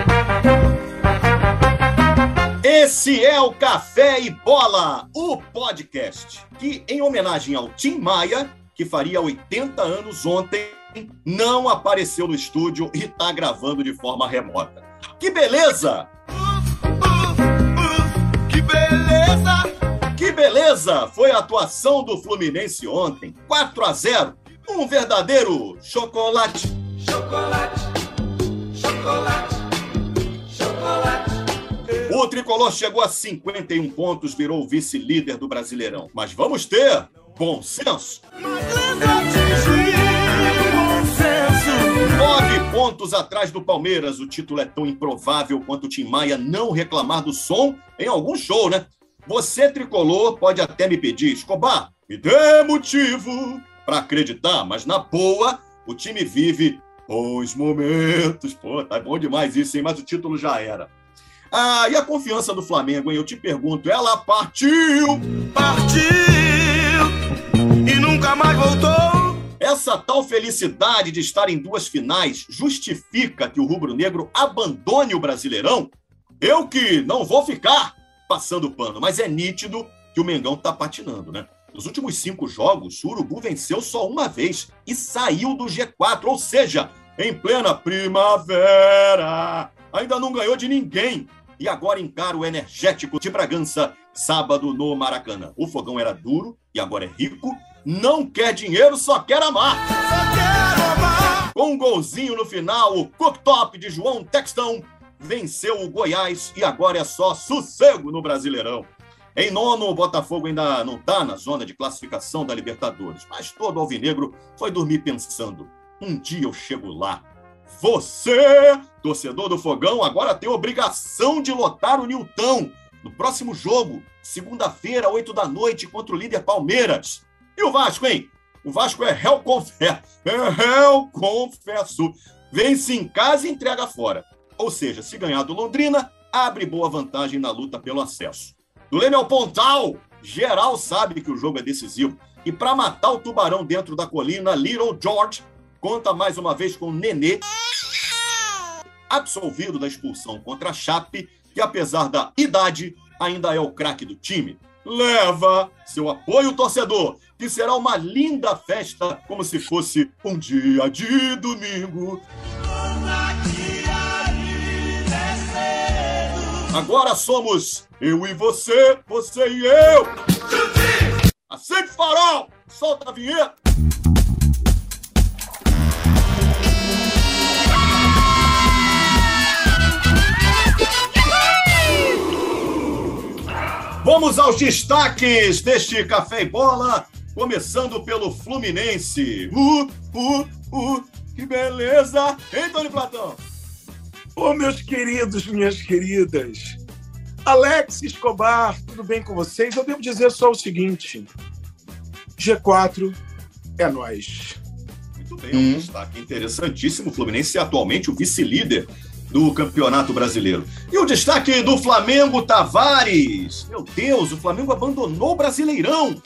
Esse é o Café e Bola, o podcast que, em homenagem ao Tim Maia, que faria 80 anos ontem, não apareceu no estúdio e está gravando de forma remota. Que beleza! Que beleza! Que beleza! Foi a atuação do Fluminense ontem, 4-0, um verdadeiro chocolate. Chocolate, chocolate, chocolate. O tricolor chegou a 51 pontos, virou o vice-líder do Brasileirão. Mas vamos ter bom senso. 9 pontos atrás do Palmeiras. O título é tão improvável quanto o Tim Maia não reclamar do som em algum show, né? Você, tricolor, pode até me pedir, Escobar, me dê motivo para acreditar, mas na boa, o time vive bons momentos. Pô, tá bom demais isso, hein? Mas o título já era. Ah, e a confiança do Flamengo, hein? Eu te pergunto, ela partiu! Partiu e nunca mais voltou. Essa tal felicidade de estar em 2 finais justifica que o rubro-negro abandone o Brasileirão? Eu que não vou ficar passando pano, mas é nítido que o Mengão tá patinando, né? Nos últimos 5 jogos, o Urubu venceu só uma vez e saiu do G4, ou seja, em plena primavera. Ainda não ganhou de ninguém. E agora encara o Energético de Bragança, sábado no Maracanã. O fogão era duro e agora é rico. Não quer dinheiro, só quer amar. Só quero amar. Com um golzinho no final, o cooktop de João Textão venceu o Goiás e agora é só sossego no Brasileirão. Em nono, o Botafogo ainda não está na zona de classificação da Libertadores, mas todo alvinegro foi dormir pensando, um dia eu chego lá. Você, torcedor do Fogão, agora tem obrigação de lotar o Nilton no próximo jogo, segunda-feira, 8 da noite, contra o líder Palmeiras. E o Vasco, hein? O Vasco é réu confesso. Vence em casa e entrega fora. Ou seja, se ganhar do Londrina, abre boa vantagem na luta pelo acesso. Do Leme ao Pontal, geral sabe que o jogo é decisivo. E para matar o tubarão dentro da colina, Little George conta mais uma vez com o Nenê, absolvido da expulsão contra a Chape, que apesar da idade, ainda é o craque do time. Leva seu apoio, torcedor, que será uma linda festa, como se fosse um dia de domingo. Agora somos eu e você, você e eu. Acende o farol, solta a vinheta. Vamos aos destaques deste Café e Bola, começando pelo Fluminense. Que beleza! Hein, Tony Platão? Ô, meus queridos, minhas queridas. Alex Escobar, tudo bem com vocês? Eu devo dizer só o seguinte. G4 é nós. Muito bem, um destaque interessantíssimo. O Fluminense é atualmente o vice-líder do Campeonato Brasileiro. E o destaque do Flamengo, Tavares. Meu Deus, o Flamengo abandonou o Brasileirão.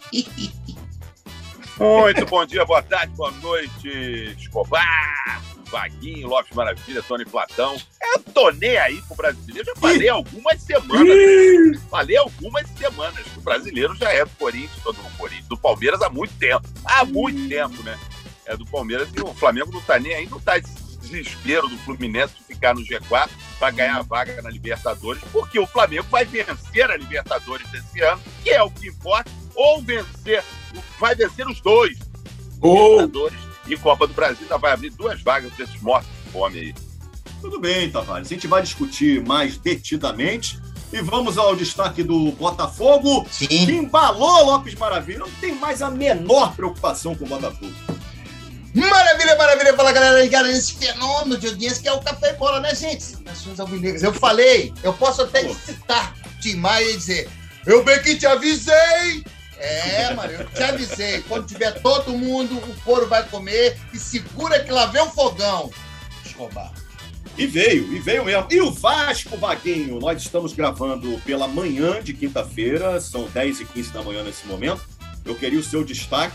Muito bom dia, boa tarde, boa noite, Escobar, Vaguinho, Lopes Maravilha, Tony Platão. Eu tô nem aí pro brasileiro, já falei algumas semanas. Falei algumas semanas que o brasileiro já é do Corinthians, do Palmeiras há muito tempo. Há muito tempo, né? É do Palmeiras e o Flamengo não tá nem aí, não tá desespero do Fluminense de ficar no G4 para ganhar a vaga na Libertadores, porque o Flamengo vai vencer a Libertadores desse ano, que é o que importa, ou vai vencer os dois. Libertadores e Copa do Brasil, ainda vai abrir 2 vagas desses mortos de fome aí. Tudo bem, Tavares, a gente vai discutir mais detidamente e vamos ao destaque do Botafogo. Sim. Que embalou Lopes Maravilha, não tem mais a menor preocupação com o Botafogo. Maravilha, maravilha. Fala, galera, ligada nesse fenômeno de audiência que é o Café e Bola, né, gente? Nações Alvinegras. Eu falei, eu posso até citar Tim Maia e dizer, eu bem que te avisei. Mano, eu te avisei. Quando tiver todo mundo, o couro vai comer e segura que lá vem o fogão. Escobar. E veio mesmo. E o Vasco, Vaguinho, nós estamos gravando pela manhã de quinta-feira, são 10h15 da manhã nesse momento. Eu queria o seu destaque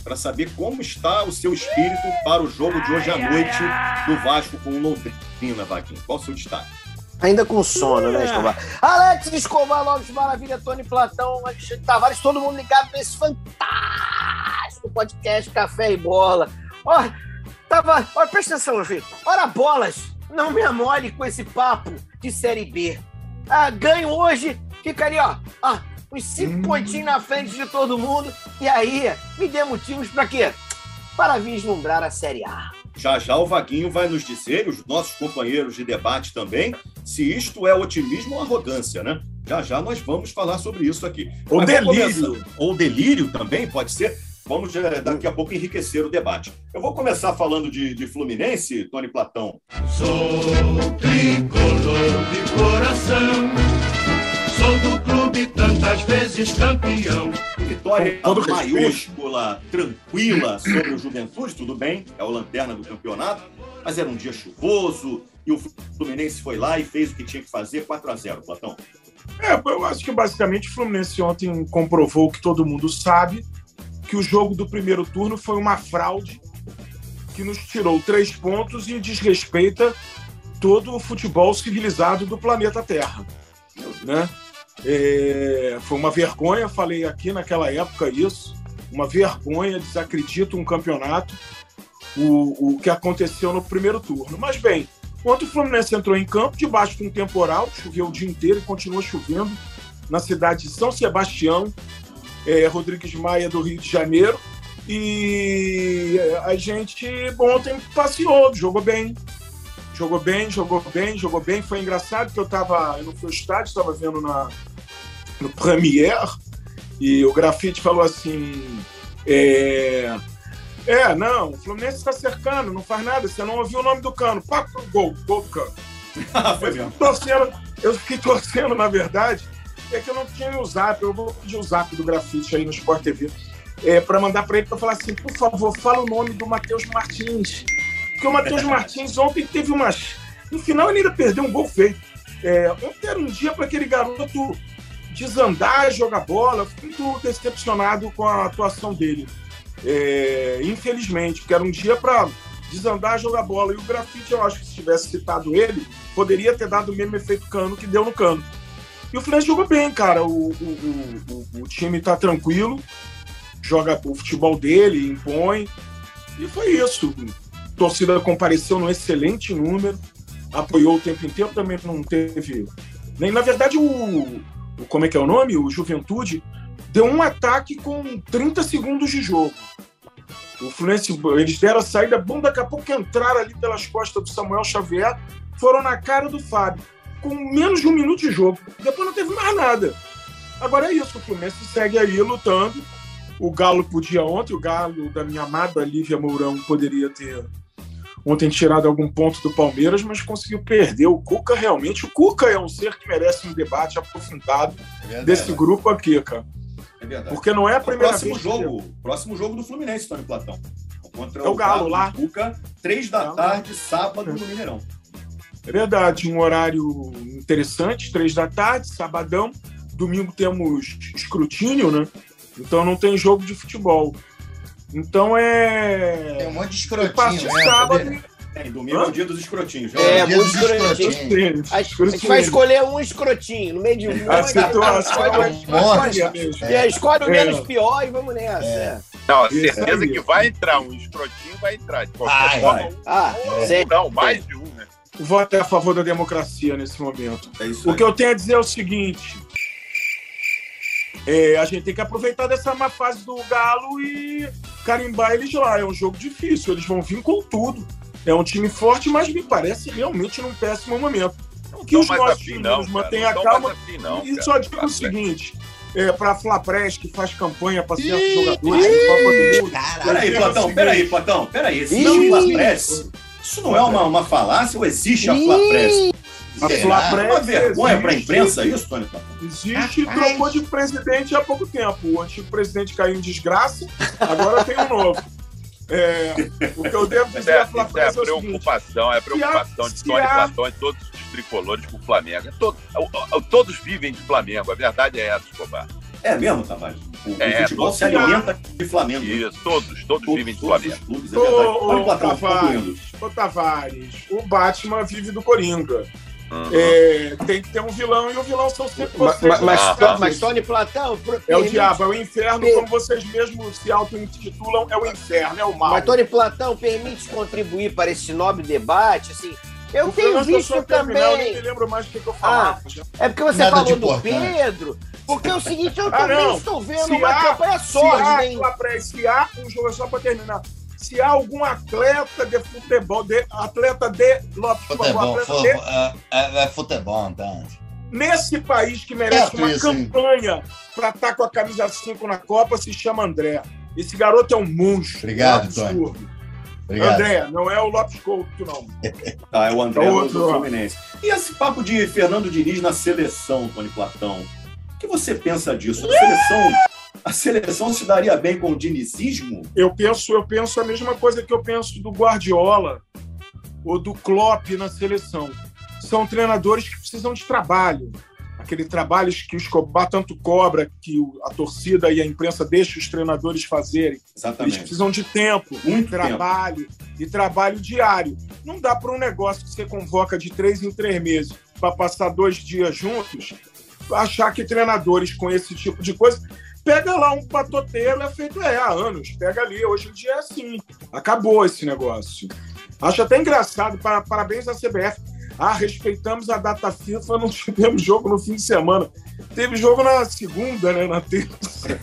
para saber como está o seu espírito para o jogo de hoje à noite do Vasco com o Londrina, Vaguinho. Qual o seu destaque? Ainda com sono, né, Escobar? Alex Escobar, Lopes Maravilha, Tony Platão, Alexandre Tavares, todo mundo ligado nesse fantástico podcast Café e Bola. Ó, presta atenção, meu filho. Ora, bolas, não me amole com esse papo de Série B. Ganho hoje, fica ali, ó, uns 5 pontinhos na frente de todo mundo. E aí, me dê motivos para quê? Para vislumbrar a Série A. Já o Vaguinho vai nos dizer, e os nossos companheiros de debate também, se isto é otimismo ou arrogância, né? Já nós vamos falar sobre isso aqui. Ou Mas delírio. Ou delírio também, pode ser. Vamos daqui a pouco enriquecer o debate. Eu vou começar falando de Fluminense, Tony Platão. Sou tricolor de coração, sou do clube tantas vezes campeão. Vitória Com todo maiúscula, tranquila sobre o Juventude, tudo bem, é o lanterna do campeonato, mas era um dia chuvoso e o Fluminense foi lá e fez o que tinha que fazer, 4-0, Platão. Eu acho que basicamente o Fluminense ontem comprovou que todo mundo sabe que o jogo do primeiro turno foi uma fraude que nos tirou 3 pontos e desrespeita todo o futebol civilizado do planeta Terra, né? Foi uma vergonha, falei aqui naquela época isso, uma vergonha, desacredito um campeonato, o que aconteceu no primeiro turno. Mas bem, ontem o Fluminense entrou em campo debaixo de um temporal, choveu o dia inteiro e continua chovendo na cidade de São Sebastião, Rodrigues Maia do Rio de Janeiro, e a gente ontem passeou, jogou bem, foi engraçado que eu não fui ao estádio, estava vendo no Premiere, e o Grafite falou assim, não, o Fluminense está cercando, não faz nada, você não ouviu o nome do Cano, pá, gol do Cano. Foi mesmo. Eu fiquei torcendo, na verdade, é que eu não tinha o Zap, eu vou pedir o Zap do Grafite aí no Sport TV, para mandar para ele, para falar assim, por favor, fala o nome do Matheus Martins, porque o Matheus Martins ontem teve no final ele ainda perdeu um gol feio. Ontem era um dia para aquele garoto desandar, jogar bola. Eu fiquei muito decepcionado com a atuação dele. Infelizmente, porque era um dia para desandar, jogar bola. E o Grafite, eu acho que se tivesse citado ele, poderia ter dado o mesmo efeito Cano que deu no Cano. E o Fluminense jogou bem, cara. O time tá tranquilo, joga o futebol dele, impõe. E foi isso. A torcida compareceu num excelente número, apoiou o tempo inteiro, também não teve... Nem, na verdade, como é que é o nome? O Juventude deu um ataque com 30 segundos de jogo. O Fluminense, eles deram a saída, bom, daqui a pouco entraram ali pelas costas do Samuel Xavier, foram na cara do Fábio, com menos de 1 minuto de jogo. Depois não teve mais nada. Agora é isso, o Fluminense segue aí lutando. O Galo podia ontem, o Galo da minha amada Lívia Mourão poderia ter ontem tirado algum ponto do Palmeiras, mas conseguiu perder. O Cuca é um ser que merece um debate aprofundado desse grupo aqui, cara. É verdade. Porque não é a primeira vez. Próximo jogo do Fluminense, Tony Platão. Contra o Galo lá. Cuca, 3 da tarde, sábado, no Mineirão. É verdade, um horário interessante, 3 da tarde, sabadão. Domingo temos escrutínio, né? Então não tem jogo de futebol. Então Tem um monte de escrotinho, né? sábado. Domingo é o dia dos escrotinhos. Muito escrotinho. A gente vai escolher um escrotinho no meio de um. A situação escolhe o menos pior e vamos nessa. Não, certeza que vai entrar um escrotinho, vai entrar. De qualquer forma, não, mais de um, né? Voto a favor da democracia nesse momento. É isso o que eu tenho a dizer é o seguinte: a gente tem que aproveitar dessa má fase do Galo e carimbar eles lá. É um jogo difícil, eles vão vir com tudo. É um time forte, mas me parece realmente num péssimo momento. Que os nossos times mantenham a calma. E só digo o seguinte: para a Flapress, que faz campanha para certos jogadores, Platão. Peraí. Esse Flapress, isso não é uma falácia ou existe a Flapress? É uma vergonha para a imprensa isso, Tony Platão? Existe e trocou de presidente há pouco tempo. O antigo presidente caiu em desgraça, agora tem um novo. O que eu devo dizer a Flapress é a preocupação de Tony Platão e todos os tricolores com o Flamengo. Todos vivem de Flamengo, a verdade é essa, Escobar. É mesmo, Tavares? O futebol se alimenta de Flamengo. Isso, todos vivem de Flamengo. Clubes, é verdade. Ô, Tavares, o Batman vive do Coringa. Tem que ter um vilão, e o vilão são sempre vocês. Mas Tony Platão... É o diabo, é o inferno, como vocês mesmos se auto-intitulam, é o inferno, é o mal. Mas Tony Platão permite contribuir para esse nobre debate, assim... Eu tenho visto também... Eu nem me lembro mais do que eu falava. É porque você falou do Pedro... Porque é o seguinte, eu também estou vendo uma campanha sórdida, hein? Se há um jogo, só para terminar, se há algum atleta de futebol, futebol, então. Nesse país que merece uma campanha para estar com a camisa 5 na Copa, se chama André. Esse garoto é um monstro. Obrigado, Tony. André, não é o Lopes Couto, não. É o André do Fluminense. E esse papo de Fernando Diniz na seleção, Tony Platão? O que você pensa disso? A seleção se daria bem com o dinizismo? Eu penso a mesma coisa que eu penso do Guardiola ou do Klopp na seleção. São treinadores que precisam de trabalho. Aquele trabalho que o Escobar tanto cobra, que a torcida e a imprensa deixam os treinadores fazerem. Exatamente. Eles precisam de tempo, trabalho e trabalho diário. Não dá para um negócio que você convoca de 3 em 3 meses para passar 2 dias juntos, achar que treinadores com esse tipo de coisa... Pega lá um patoteiro, é feito há anos. Pega ali, hoje em dia é assim. Acabou esse negócio. Acho até engraçado, parabéns à CBF. Respeitamos a data FIFA, não tivemos jogo no fim de semana. Teve jogo na segunda, né, na terça.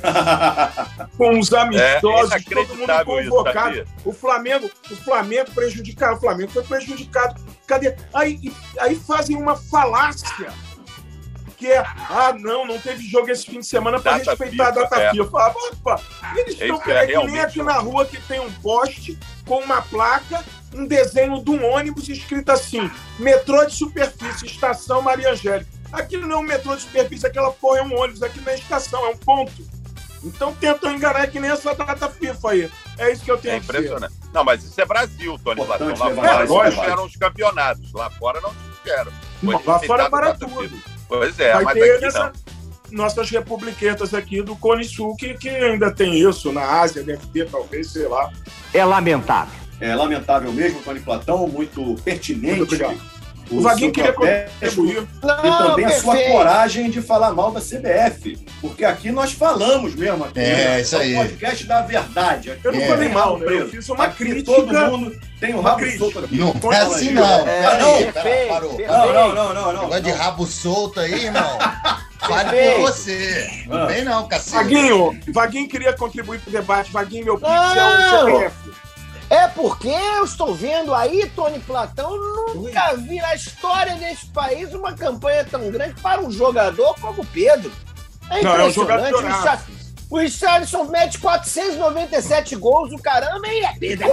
Com os amistosos, todo mundo convocado. Isso, o Flamengo prejudicado. O Flamengo foi prejudicado. Cadê? Aí fazem uma falácia. Que não teve jogo esse fim de semana para respeitar a data FIFA. Eles estão que nem aqui na rua que tem um poste com uma placa, um desenho de um ônibus escrito assim: metrô de superfície, estação Maria Angélica. Aquilo não é um metrô de superfície, aquela porra é um ônibus, aqui não é estação, é um ponto. Então tentam enganar que nem essa data FIFA aí. É isso que eu tenho a dizer. Impressionante. Não, mas isso é Brasil, Tony Platão. Lá fora eles tiveram os campeonatos, lá fora não tiveram. Lá fora para tudo. Pois é, vai mas ter aqui não. Nossas republiquetas aqui do Cone Sul, que ainda tem isso, na Ásia deve ter, talvez, sei lá. É lamentável. É lamentável mesmo, Tony Platão, muito pertinente. Muito obrigado. O Vaguinho queria contribuir. E também a sua coragem de falar mal da CBF. Porque aqui nós falamos mesmo. Aqui, isso aí. É o podcast da verdade. Aqui eu não falei mal, né? Eu fiz uma crítica. Todo mundo tem um rabo solto aqui. Não é assim, não. Parou. Não. Negócio de rabo solto aí, irmão. Fale por você. Não vem não, cacete. Vaguinho queria contribuir pro debate. Vaguinho, meu pix é o CPF. É porque eu estou vendo aí, Tony Platão, nunca vi na história desse país uma campanha tão grande para um jogador como o Pedro. É impressionante. O Richarlison mete 497 gols, o caramba, e é Pedro.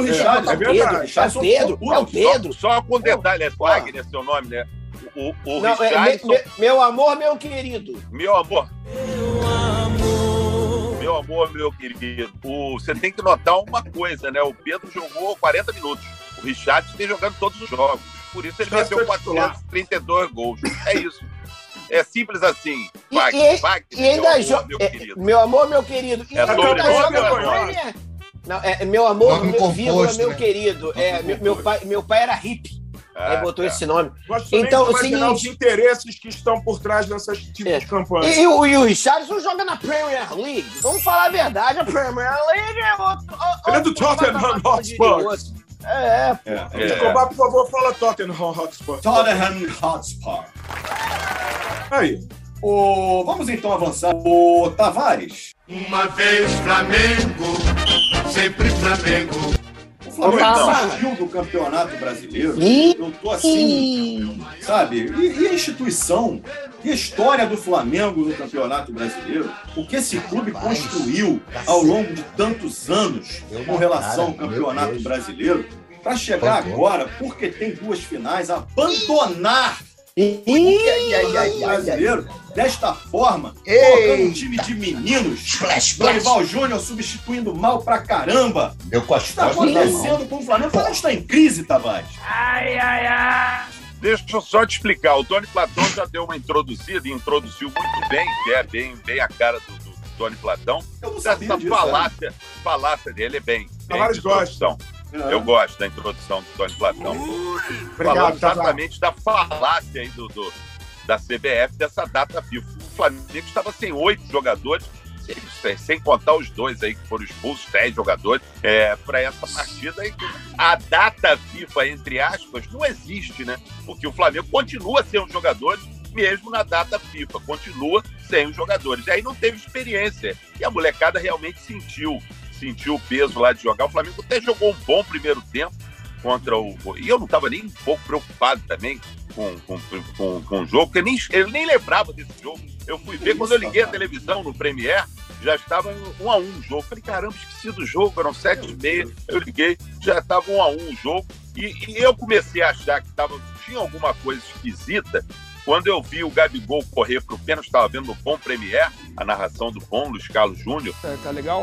É o Pedro. Só com detalhe, é Wagner, seu nome, né? O não, Richarlison... meu amor, meu querido. Meu amor, meu querido, você tem que notar uma coisa, né? O Pedro jogou 40 minutos. O Richarlison tem jogando todos os jogos. Por isso ele meteu 432 gols. É isso. É simples assim. Wagner, meu querido. Meu amor, meu querido. E ainda joga meu amor, meu querido. Meu pai era hippie. Aí botou esse nome. Então, o seguinte, os interesses que estão por trás dessas tipos de campanhas. E o Richarlison joga na Premier League. Vamos falar a verdade, a Premier League é outro. Ele é do Tottenham Hotspur. Escobar, por favor, fala Tottenham Hotspur. Tottenham Hotspur. Aí. Vamos então avançar. O Tavares. Uma vez Flamengo, sempre Flamengo. O Flamengo partiu do Campeonato Brasileiro. Eu tô assim, sabe? E a instituição, e a história do Flamengo no Campeonato Brasileiro, o que esse clube construiu ao longo de tantos anos com relação ao Campeonato Brasileiro, para chegar agora, porque tem 2 finais, abandonar o brasileiro desta forma, colocando um time de meninos, Dorival Júnior substituindo mal pra caramba. O que está acontecendo com o Flamengo? O Flamengo está em crise, Tavares. Deixa eu só te explicar. O Tony Platão já deu uma introduzida e introduziu muito bem, que é bem a cara Tony Platão, Eu não sabia dessa disso, falácia dele é bem Tavares gosta. Eu gosto da introdução do Tony Platão. Obrigado, Falando Tavares. exatamente da falácia aí da CBF, dessa data FIFA. O Flamengo estava sem 8 jogadores, sem contar os 2 aí que foram expulsos, 10 jogadores, para essa partida. E a data FIFA, entre aspas, não existe, né? Porque o Flamengo continua sem os jogadores, mesmo na data FIFA, continua sem os jogadores. E aí não teve experiência. E a molecada realmente sentiu o peso lá de jogar. O Flamengo até jogou um bom primeiro tempo contra o... E eu não estava nem um pouco preocupado também com o jogo, porque eu nem lembrava desse jogo. Eu fui ver, quando eu liguei a televisão no Premiere, já estava 1-1 o jogo. Falei, caramba, esqueci do jogo, eram 7h30, eu liguei, já estava 1-1 o jogo. E eu comecei a achar que tinha alguma coisa esquisita quando eu vi o Gabigol correr pro pênalti. Estava vendo no Bom Premiere, a narração do Bom, Luiz Carlos Júnior. Tá legal?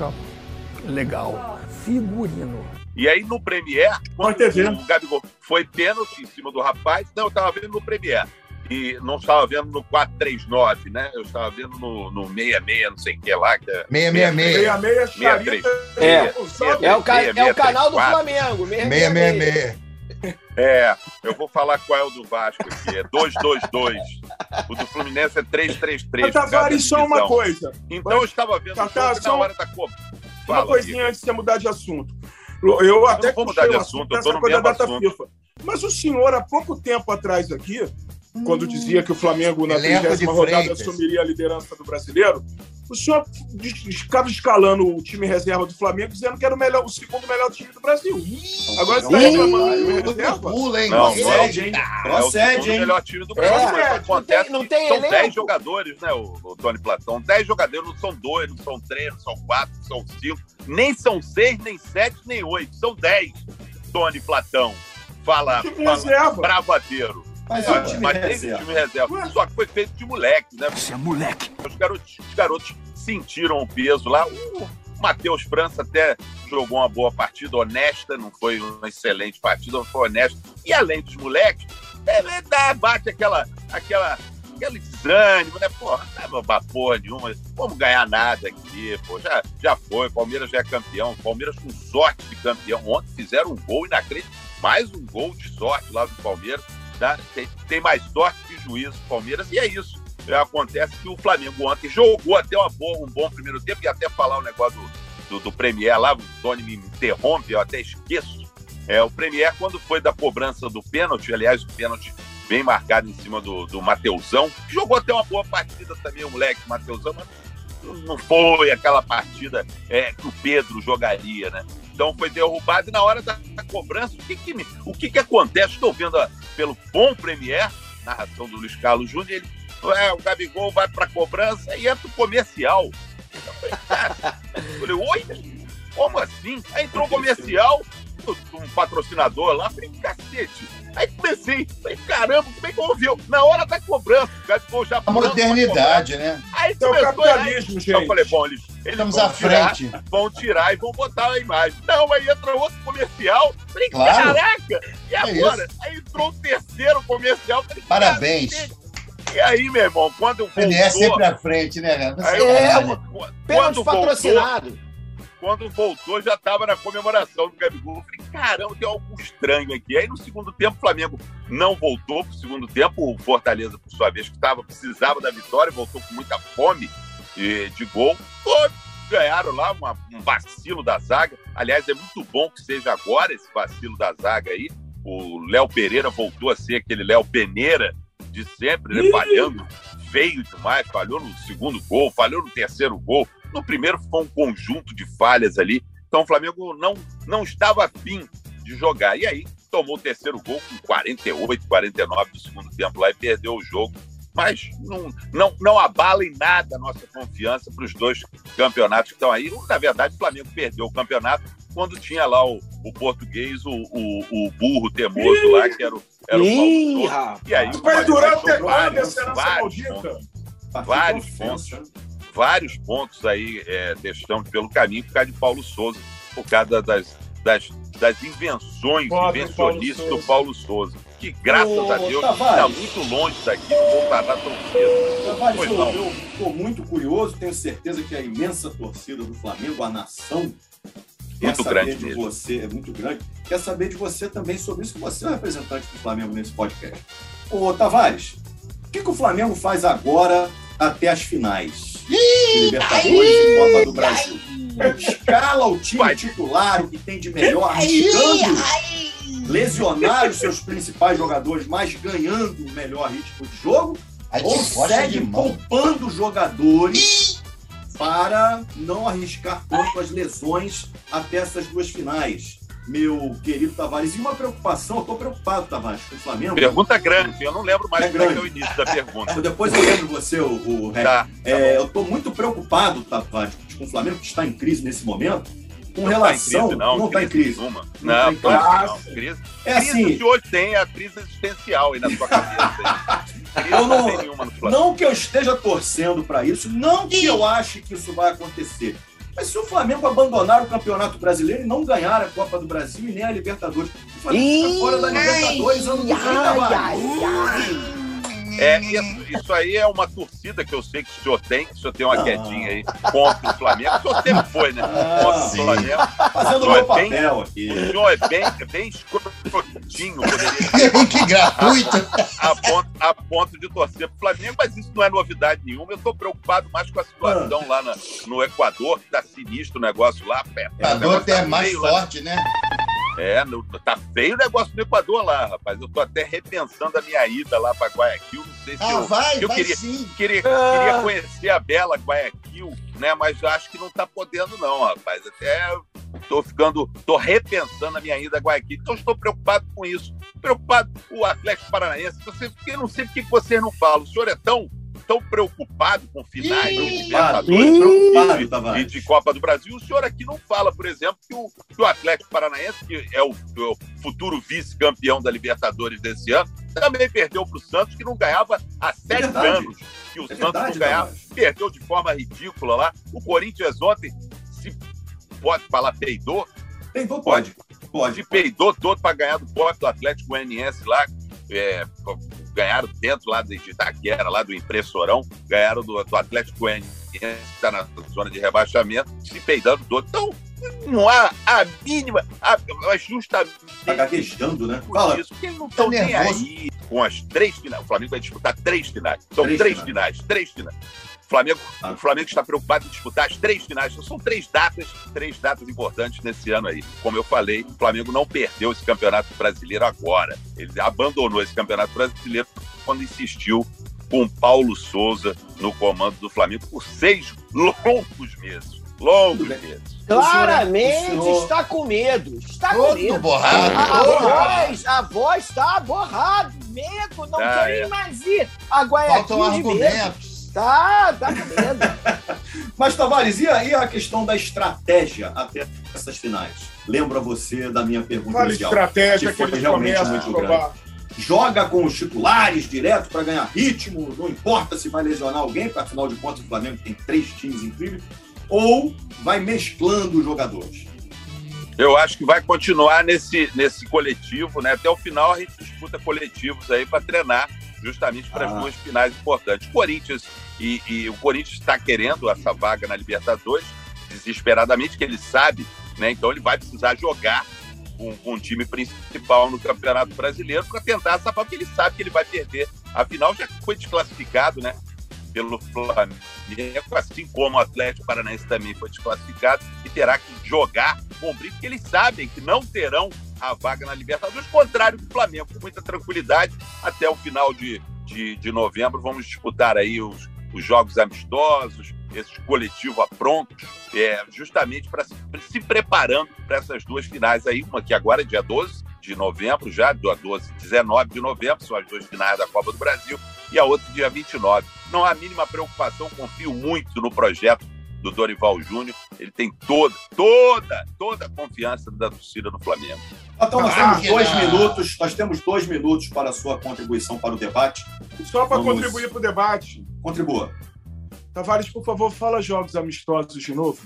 Legal. Figurino. E aí no Premiere, quando o Gabigol foi pênalti em cima do rapaz, não, eu estava vendo no Premiere. E não estava vendo no 439, né? Eu estava vendo no 66, não sei o que lá. 666. 666, É o canal do Flamengo. 666. Eu vou falar qual é o do Vasco aqui. É 222. O do Fluminense é 333. Tavares, só uma coisa. Então eu estava vendo na hora da Copa. Uma coisinha antes de você mudar de assunto. Eu até vou mudar de assunto, eu tô no coisa mesmo da data assunto. FIFA. Mas o senhor, há pouco tempo atrás aqui, quando dizia que o Flamengo na 30ª rodada assumiria a liderança do Brasileiro, o senhor ficava escalando o time reserva do Flamengo, dizendo que era o segundo melhor time do Brasil. Agora você está reclamando do time reserva? Procede, hein? O melhor time do Brasil. Não tem são elenco. 10 jogadores, né, o Tony Platão? 10 jogadores, não são 2, não são 3, não são 4, não são 5, nem são 6, nem 7, nem 8. São 10, Tony Platão. Fala bravadeiro. Mas é o time reserva. Só que foi feito de moleque, né? Você é moleque. Os garotos sentiram o peso lá. O Matheus França até jogou uma boa partida, honesta, não foi uma excelente partida, foi honesta. E além dos moleques, bate aquele desânimo, né? Pô, não dá porra nenhuma, vamos ganhar nada aqui, pô, já foi, Palmeiras já é campeão, Palmeiras com sorte de campeão. Ontem fizeram um gol inacreditável, mais um gol de sorte lá do Palmeiras. Tá? Tem mais sorte que juízo do Palmeiras, e é isso. Acontece que o Flamengo ontem jogou até um bom primeiro tempo, e até falar o negócio do Premier lá, o Tony me interrompe, eu até esqueço. O Premier, quando foi da cobrança do pênalti, aliás, o pênalti bem marcado em cima do Mateusão, jogou até uma boa partida também, o moleque Mateusão, mas não foi aquela partida que o Pedro jogaria, né? Então foi derrubado, e na hora da cobrança, o que acontece? Estou vendo pelo Bom Premier, narração do Luiz Carlos Júnior, o Gabigol vai para a cobrança e entra o comercial. Eu falei, oi? Como assim? Aí entrou o comercial, um patrocinador lá, falei, cacete. Aí comecei, falei, caramba, como é que ouviu? Na hora da cobrança, o Gabigol já... A modernidade, né? É Aí o começou, capitalismo, gente. Eu falei, bom, eles Estamos à frente. Vão tirar e vão botar a imagem. Não, aí entra outro comercial. Falei, Claro. Caraca! E agora? Aí entrou o terceiro comercial. Falei, Parabéns. cacete. E aí, meu irmão, quando voltou... Ele é sempre à frente, né, cara? Pênalti patrocinado. Quando voltou, já estava na comemoração do Gabigol. Eu falei, caramba, tem algo estranho aqui. Aí no segundo tempo, o Flamengo não voltou para o segundo tempo. O Fortaleza, por sua vez, que precisava da vitória, voltou com muita fome de gol. Ganharam lá um vacilo da zaga. Aliás, é muito bom que seja agora esse vacilo da zaga aí. O Léo Pereira voltou a ser aquele Léo Peneira de sempre, né? Falhando feio demais. Falhou no segundo gol, falhou no terceiro gol. No primeiro foi um conjunto de falhas ali. Então o Flamengo não estava afim de jogar. E aí tomou o terceiro gol com 48, 49 do segundo tempo lá e perdeu o jogo. Mas não abala em nada a nossa confiança para os dois campeonatos que estão aí. Na verdade, o Flamengo perdeu o campeonato quando tinha lá o português, o burro teimoso lá, que era o Paulo Souza. E aí vai durar até quando vários essa maldita? Vários pontos aí deixando pelo caminho por causa de Paulo Souza, por causa das invenções invencionistas do Paulo Souza. que, graças a Deus, está muito longe daqui de voltar tão cedo. Tavares, eu estou muito curioso, tenho certeza que a imensa torcida do Flamengo, a nação, muito grande de mesmo. Você, é muito grande. Quer saber de você também sobre isso, que você é o representante do Flamengo nesse podcast. Ô, Tavares, o que o Flamengo faz agora até as finais de Libertadores e Copa do Brasil? Escala o time titular, o que tem de melhor, arriscando lesionar os seus principais jogadores, mas ganhando o melhor ritmo de jogo? Ou segue poupando jogadores para não arriscar tanto as lesões até essas duas finais? Meu querido Tavares, e uma preocupação, eu estou preocupado, Tavares, com o Flamengo. Pergunta grande, eu não lembro mais como é o início da pergunta. Depois eu lembro você, o Reg. Tá eu estou muito preocupado, Tavares, com o Flamengo, que está em crise nesse momento, com relação... Não está em crise. Não, claro que não. Crise assim, que hoje tem a crise existencial aí na sua cabeça. Não que eu esteja torcendo para isso, não que eu ache que isso vai acontecer. Mas se o Flamengo abandonar o Campeonato Brasileiro e não ganhar a Copa do Brasil e nem a Libertadores, o Flamengo fica fora da Libertadores ano que vem, isso aí é uma torcida que eu sei que o senhor tem uma quedinha aí contra o Flamengo. O senhor sempre foi, né? Contra o Flamengo. Fazendo o meu papel aqui. O senhor é bem escrotinho, poderia ser. Que gratuito! A ponto de torcer pro Flamengo, mas isso não é novidade nenhuma. Eu tô preocupado mais com a situação lá no Equador, que tá sinistro o negócio lá. O Equador até é mais forte, né? Tá feio o negócio do Equador lá, rapaz. Eu tô até repensando a minha ida lá para Guayaquil. Não sei se eu queria conhecer a bela Guayaquil, né? Mas acho que não tá podendo não, rapaz. Até tô repensando a minha ida a Guayaquil. Então estou preocupado com isso. Preocupado com o Atlético Paranaense. Eu não sei por que vocês não falam. O senhor é tão preocupado com finais de Libertadores e de Copa do Brasil. O senhor aqui não fala, por exemplo, que o Atlético Paranaense, que é o futuro vice-campeão da Libertadores desse ano, também perdeu para o Santos, que não ganhava há 7 anos. Que o Santos não ganhava, perdeu de forma ridícula lá. O Corinthians ontem, se pode falar, peidou? Peidou, pode. Se peidou todo para ganhar do pote do Atlético Goianiense lá. Ganharam dentro lá de Itaquera, lá do Impressorão, ganharam do Atlético Goianiense, que está na zona de rebaixamento, se peidando todo. Então, não há a mínima, justamente... Está gaguejando, né? Por isso, porque eles não estão nem aí com as 3 finais. O Flamengo vai disputar 3 finais. São 3 finais. O Flamengo está preocupado em disputar as 3 finais. São 3 datas importantes nesse ano aí. Como eu falei, o Flamengo não perdeu esse Campeonato Brasileiro agora. Ele abandonou esse Campeonato Brasileiro quando insistiu com Paulo Souza no comando do Flamengo por 6 longos meses. Claramente está com medo. Está com medo. Borrado. A voz está borrada. Medo, não quer nem mais ir. A Guayaquil faltam argumentos. Tá com medo. Mas, Tavares, e aí a questão da estratégia até essas finais? Lembro a você da minha pergunta inicial. Qual estratégia que eles começam a provar? Joga com os titulares direto para ganhar ritmo, não importa se vai lesionar alguém, porque afinal de contas o Flamengo tem 3 times incríveis, ou vai mesclando os jogadores? Eu acho que vai continuar nesse coletivo, né? Até o final a gente disputa coletivos aí para treinar justamente para as 2 finais importantes. O Corinthians o Corinthians está querendo essa vaga na Libertadores desesperadamente, que ele sabe, né? Então ele vai precisar jogar com o time principal no Campeonato Brasileiro para tentar essa vaga, porque ele sabe que ele vai perder. Afinal, já foi desclassificado, né? Pelo Flamengo, assim como o Atlético Paranaense também foi desclassificado e terá que jogar com brilho, porque eles sabem que não terão a vaga na Libertadores, contrário do Flamengo, com muita tranquilidade. Até o final de novembro vamos disputar aí os jogos amistosos, esses coletivos prontos, justamente para se preparando para essas 2 finais aí, uma que agora é dia 12 de novembro, já 19 de novembro, são as 2 finais da Copa do Brasil, e a outra dia 29. Não há a mínima preocupação, confio muito no projeto do Dorival Júnior, ele tem toda a confiança da torcida do Flamengo. Então nós temos 2 minutos para a sua contribuição para o debate. Só para contribuir para o debate. Contribua. Tavares, por favor, fala jogos amistosos de novo.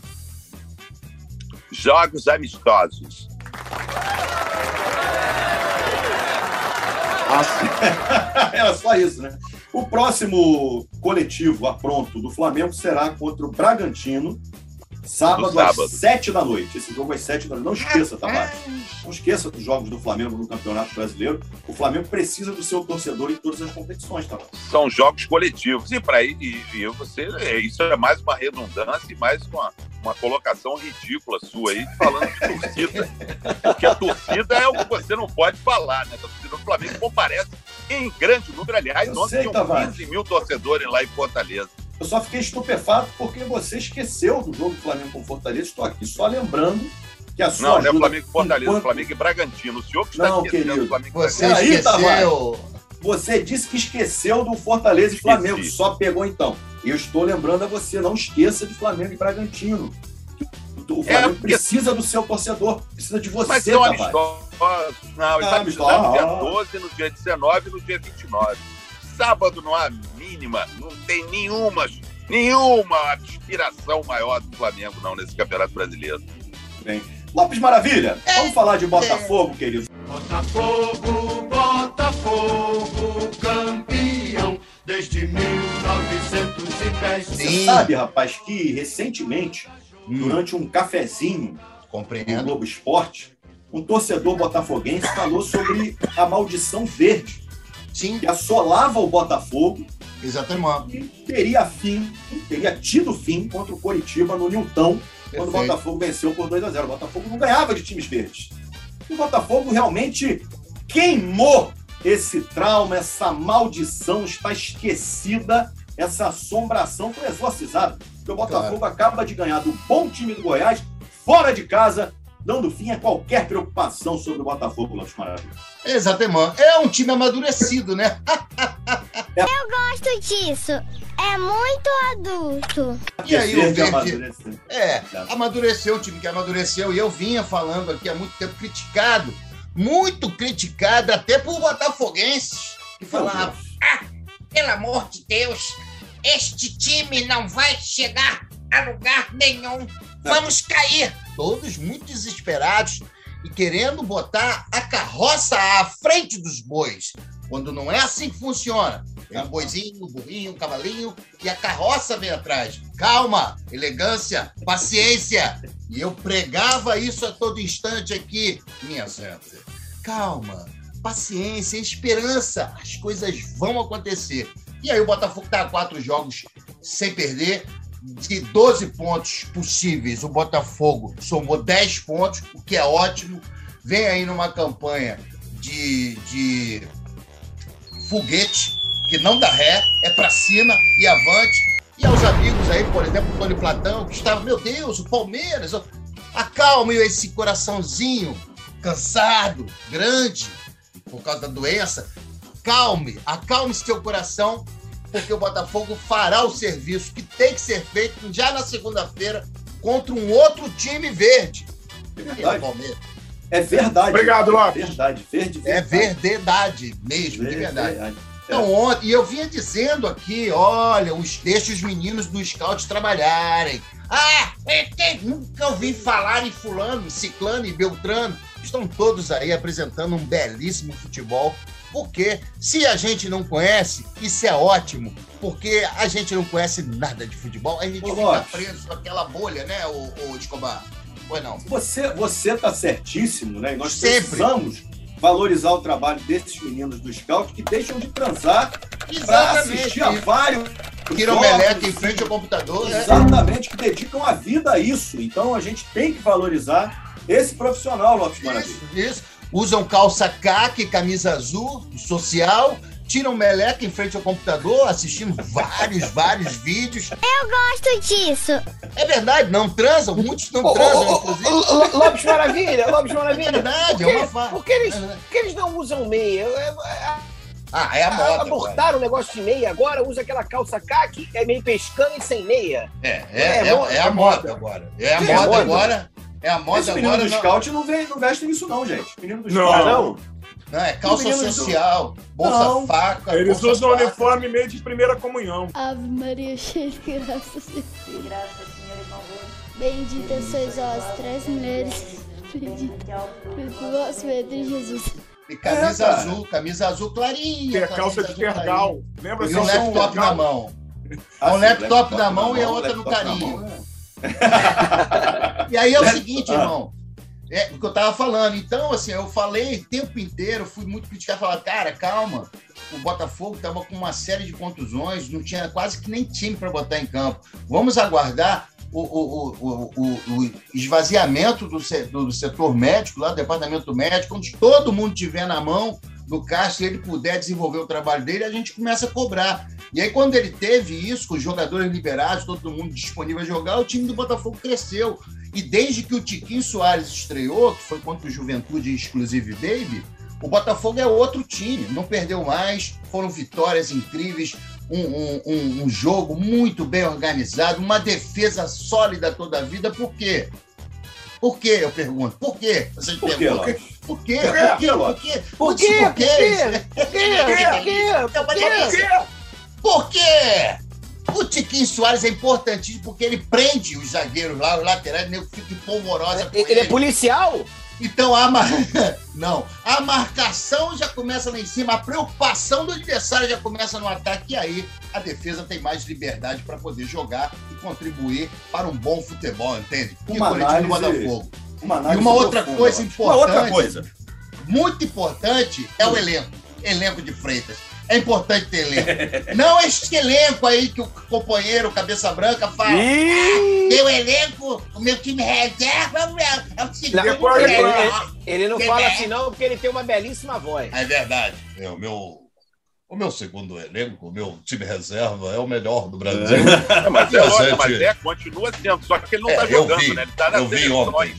Jogos amistosos. Era só isso, né? O próximo coletivo apronto do Flamengo será contra o Bragantino, sábado às 7 da noite. Esse jogo às 7 da noite. Não esqueça, Tavares. Não esqueça dos jogos do Flamengo no Campeonato Brasileiro. O Flamengo precisa do seu torcedor em todas as competições, Tavares. São jogos coletivos. E para isso é mais uma redundância e mais uma colocação ridícula sua aí, falando de torcida. Porque a torcida é o que você não pode falar, né? A torcida do Flamengo comparece em grande número. Aliás, ontem tinham 15 mil torcedores lá em Fortaleza. Eu só fiquei estupefato porque você esqueceu do jogo do Flamengo com Fortaleza. Estou aqui só lembrando que a sua não é Flamengo e Fortaleza, Flamengo e Bragantino. O senhor que está esquecendo do Flamengo e Bragantino. Você esqueceu. Você disse que esqueceu do Fortaleza e Flamengo. Só pegou então. Eu estou lembrando a você, não esqueça de Flamengo e Bragantino. O Flamengo precisa do seu torcedor, precisa de você, mas são amistosos. Não, ele está amistoso no dia 12, no dia 19 e no dia 29. Sábado não há mínima, não tem nenhuma aspiração maior do Flamengo, não, nesse Campeonato Brasileiro. Bem, Lopes Maravilha, vamos falar de Botafogo, querido. Botafogo, campeão, desde 1910. Você sabe, rapaz, que recentemente, durante um cafezinho no Globo Esporte, um torcedor botafoguense falou sobre a maldição verde. Sim. Que assolava o Botafogo. Exatamente. E teria tido fim contra o Coritiba no Nilton, quando o Botafogo venceu por 2-0. O Botafogo não ganhava de times verdes. E o Botafogo realmente queimou esse trauma, essa maldição, está esquecida, essa assombração foi exorcizada. Porque o Botafogo acaba de ganhar do bom time do Goiás, fora de casa, dando fim a qualquer preocupação sobre o Botafogo, Lopes Maravilha. Exatamente. É um time amadurecido, né? Eu gosto disso. É muito adulto. E aí o Verde... amadureceu, o time que amadureceu. E eu vinha falando aqui há muito tempo, muito criticado, até por botafoguenses, que falavam, pelo amor de Deus, este time não vai chegar a lugar nenhum. Vamos cair. Todos muito desesperados e querendo botar a carroça à frente dos bois. Quando não é assim que funciona. Tem um boizinho, um burrinho, um cavalinho e a carroça vem atrás. Calma, elegância, paciência. E eu pregava isso a todo instante aqui, minha gente. Calma, paciência, esperança. As coisas vão acontecer. E aí o Botafogo está a 4 jogos sem perder. De 12 pontos possíveis, o Botafogo somou 10 pontos, o que é ótimo. Vem aí numa campanha de foguete, que não dá ré, é pra cima e avante. E aos amigos aí, por exemplo, o Tony Platão, que estava, meu Deus, o Palmeiras, acalme esse coraçãozinho cansado, grande, por causa da doença. Acalme seu coração, porque o Botafogo fará o serviço que tem que ser feito já na segunda-feira contra um outro time verde. É verdade. Obrigado, Lopes. Verdade. É verdade mesmo, de verdade. Então, ontem, e eu vinha dizendo aqui, olha, deixa os meninos do Scout trabalharem. Nunca ouvi falar em fulano, ciclano e beltrano. Estão todos aí apresentando um belíssimo futebol. Porque se a gente não conhece, isso é ótimo, porque a gente não conhece nada de futebol, a gente fica preso naquela bolha, né, o Escobar? Pois não. Você tá certíssimo, né? E nós precisamos valorizar o trabalho desses meninos do Scout que deixam de transar para assistir a vários tiram meleca em frente ao computador. Exatamente, que dedicam a vida a isso. Então a gente tem que valorizar esse profissional, Lopes Maravilha. Isso. Usam calça caque, camisa azul, social, tiram meleca em frente ao computador, assistindo vários vídeos. Eu gosto disso. É verdade, não transam, muitos não transam, inclusive. Lopes Maravilha. É verdade, é uma fala. Por que eles não usam meia? É a moda. Abortaram o negócio de meia agora, usa aquela calça caque, é meio pescando e sem meia. É a moda agora. É a moda agora. É a moda agora. Esse menino do Scout não vestem isso não, gente. Menino do Scout não, é calça social, bolsa faca. Eles usam uniforme meio de primeira comunhão. Ave Maria, cheia de graça. Graças, Senhor, e convosco. Bendita sois vós, 3 mulheres. Bendita o vosso ventre, Jesus. E camisa azul clarinha. Tem a calça de tergal. Lembra? E um laptop na mão. Um laptop na mão e a outra no carinho. E aí é o seguinte, irmão. É o que eu tava falando. Então, assim, eu falei o tempo inteiro, fui muito criticado, falar, cara, calma. O Botafogo tava com uma série de contusões, não tinha quase que nem time para botar em campo. Vamos aguardar o esvaziamento do setor médico, lá do departamento médico, onde todo mundo tiver na mão do Castro e ele puder desenvolver o trabalho dele, a gente começa a cobrar. E aí, quando ele teve isso, com os jogadores liberados, todo mundo disponível a jogar, o time do Botafogo cresceu. E desde que o Tiquinho Soares estreou, que foi contra o Juventude Exclusive Baby, o Botafogo é outro time, não perdeu mais, foram vitórias incríveis, um jogo muito bem organizado, uma defesa sólida toda a vida. Por quê? Por quê, eu pergunto? Por quê? Vocês perguntam. Por quê? Por quê? O Tiquinho Soares é importantíssimo porque ele prende os zagueiros lá, os laterais, o nego fica polvorosa com ele. Ele é policial? Então, não, a marcação já começa lá em cima, a preocupação do adversário já começa no ataque, e aí a defesa tem mais liberdade para poder jogar e contribuir para um bom futebol, entende? Uma análise, Botafogo. E uma outra coisa importante, muito importante, é o elenco de Freitas. É importante ter elenco. Não esse elenco aí que o companheiro Cabeça Branca fala. Meu elenco, o meu time reserva é o seguinte. Ele não fala assim não, porque ele tem uma belíssima voz. É verdade. O meu segundo elenco, o meu time reserva é o melhor do Brasil. Mas continua sendo, só que ele não tá jogando, né? Ele tá nas seleções.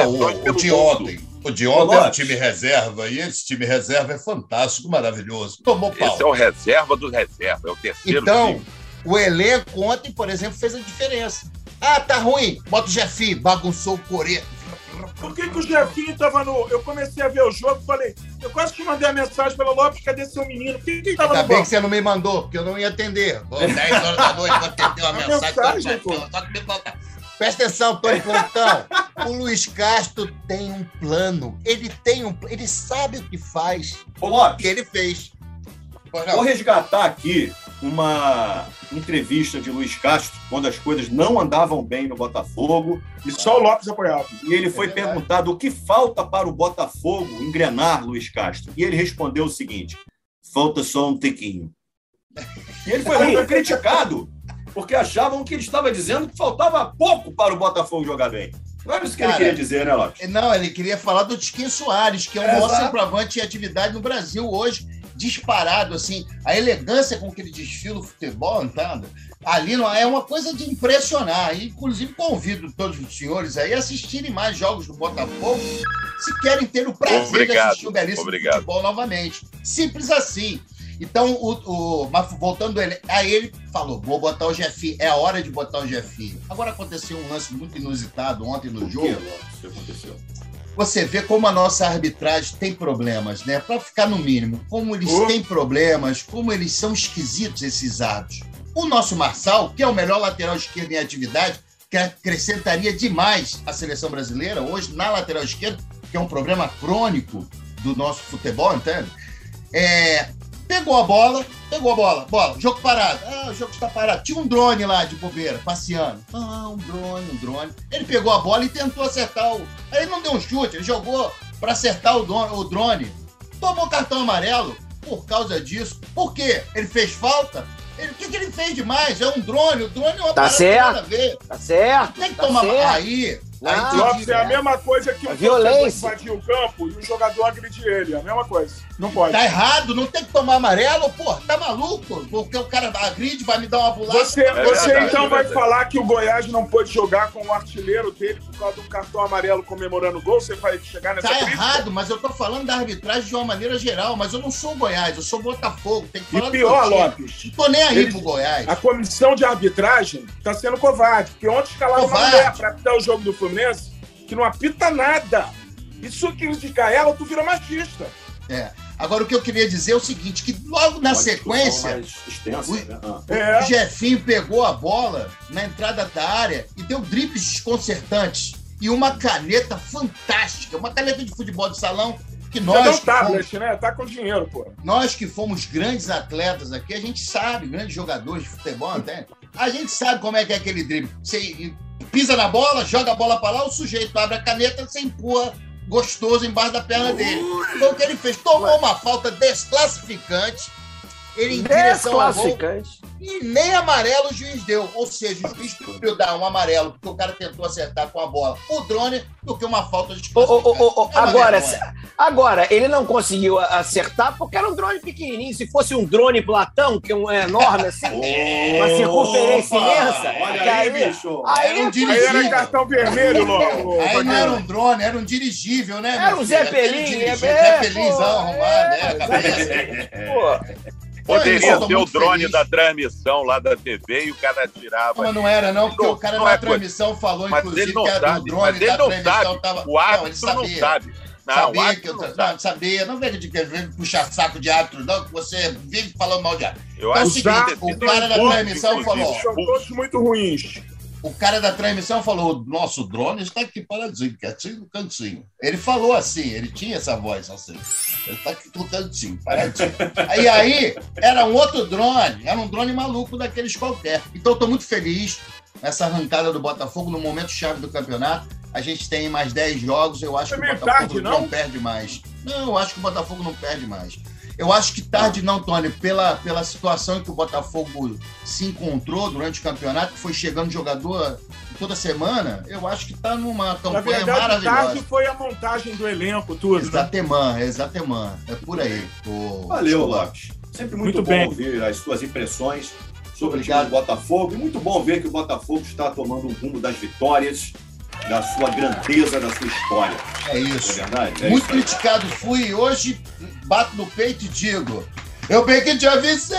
O de ontem é o time reserva, e esse time reserva é fantástico, maravilhoso. Tomou pau. Esse é o reserva do reserva, é o terceiro time. O elenco ontem, por exemplo, fez a diferença. Ah, tá ruim, bota o Jefinho, bagunçou o Coreto. Por que o Jefinho tava no... Eu comecei a ver o jogo, falei... Eu quase te mandei a mensagem, falei, Lopes, cadê seu menino? Por que ele tava no banco? Ainda bem que você não me mandou, porque eu não ia atender. 10 horas da noite, vou atender uma mensagem. Presta atenção, Tony Plantão. O Luiz Castro tem um plano. Ele sabe o que faz. Ô, Lopes, o que ele fez. Vou resgatar aqui uma entrevista de Luiz Castro, quando as coisas não andavam bem no Botafogo. E só o Lopes apoiava. E ele foi perguntado o que falta para o Botafogo engrenar, Luiz Castro. E ele respondeu o seguinte: falta só um tequinho. E ele foi muito criticado, porque achavam que ele estava dizendo que faltava pouco para o Botafogo jogar bem. Não era isso que ele queria dizer, né, Lopes? Não, ele queria falar do Tiquinho Soares, que é o maior centroavante em atividade no Brasil hoje, disparado, assim. A elegância com que ele desfila o futebol, entende? Ali não é uma coisa de impressionar. E, inclusive, convido todos os senhores aí a assistirem mais jogos do Botafogo, se querem ter o prazer de assistir o belíssimo futebol novamente. Simples assim. Então, mas voltando aí ele falou, vou botar o Jefinho, é a hora de botar o Jefinho. Agora aconteceu um lance muito inusitado ontem no jogo. O que aconteceu? Você vê como a nossa arbitragem tem problemas, né? Para ficar no mínimo, como eles têm problemas, como eles são esquisitos, esses árbitros. O nosso Marçal, que é o melhor lateral esquerdo em atividade, que acrescentaria demais a seleção brasileira hoje na lateral esquerda, que é um problema crônico do nosso futebol, entende? Pegou a bola, jogo parado. O jogo está parado. Tinha um drone lá de bobeira, passeando. Um drone. Ele pegou a bola e tentou acertar Aí ele não deu um chute, ele jogou para acertar o drone. Tomou cartão amarelo por causa disso. Por quê? Ele fez falta? O que ele fez demais? É um drone, o drone é uma parada que nada a ver. Tá certo. Tem que tomar... Certo. Lopes, é a mesma coisa que o torcedor invadir o campo e o jogador agredir ele. É a mesma coisa. Não pode. Tá errado, não tem que tomar amarelo, pô. Tá maluco? Porque o cara agride, vai me dar uma bulada. Você então vai falar que o Goiás não pôde jogar com o artilheiro dele por causa de um cartão amarelo comemorando o gol? Você vai chegar nessa crítica? Tá errado, mas eu tô falando da arbitragem de uma maneira geral. Mas eu não sou o Goiás, eu sou o Botafogo. Tem que falar e pior, Lopes. Não tô nem aí pro Goiás. A comissão de arbitragem tá sendo covarde. Porque ontem escalaram uma mulher pra apitar o jogo do Fluminense que não apita nada. E se tu criticar ela, tu vira machista. Agora, o que eu queria dizer é o seguinte, que logo na sequência, o Jefinho pegou a bola na entrada da área e deu dribles desconcertantes. E uma caneta fantástica, uma caneta de futebol de salão, Que Você nós dá um que tablet, né? Tá com dinheiro, pô. Nós que fomos grandes atletas aqui, a gente sabe, grandes jogadores de futebol até, a gente sabe como é que é aquele drible. Você pisa na bola, joga a bola pra lá, o sujeito abre a caneta, você empurra gostoso embaixo da perna dele. Foi o que ele fez. Tomou uma falta desclassificante. Ele em direção ao gol. E nem amarelo o juiz deu. Ou seja, o juiz preferiu dar um amarelo porque o cara tentou acertar com a bola o drone do que uma falta de Agora, ele não conseguiu acertar porque era um drone pequenininho. Se fosse um drone Platão, que é um enorme assim, uma circunferência imensa. Olha aí, bicho. Aí era cartão vermelho, logo. Aí não era um drone, era um dirigível, né? Era um Zeppelin. Zeppelinzão arrumado, né? Cabeça. Poderia ser o drone da transmissão lá da TV e o cara tirava. Mas não era, não, porque o cara da transmissão falou, inclusive, que era do drone da transmissão. O árbitro não sabe. Sabia. Não veja de que ele puxar saco de árbitro, não, que você vive falando mal de árbitro. Eu então, acho o seguinte, o cara da transmissão falou. São todos muito ruins. O cara da transmissão falou: o nosso drone está aqui paradinho, quietinho no cantinho. Ele falou assim, ele tinha essa voz assim. Ele está aqui no cantinho, paradinho. aí era um outro drone, era um drone maluco daqueles qualquer. Então, estou muito feliz nessa arrancada do Botafogo no momento chave do campeonato. A gente tem mais 10 jogos, eu acho que o Botafogo não perde mais. Não, eu acho que o Botafogo não perde mais. Eu acho que tarde não, Tony, pela situação em que o Botafogo se encontrou durante o campeonato, que foi chegando jogador toda semana, eu acho que está numa campanha maravilhosa. Tarde foi a montagem do elenco, tudo. Exatamente. É por aí. Valeu, Lopes. Sempre muito bom ouvir as suas impressões sobre o time do Botafogo. E muito bom ver que o Botafogo está tomando um rumo das vitórias, da sua grandeza, da sua história. É isso. É verdade? Muito criticado fui, hoje bato no peito e digo: eu bem que te avisei.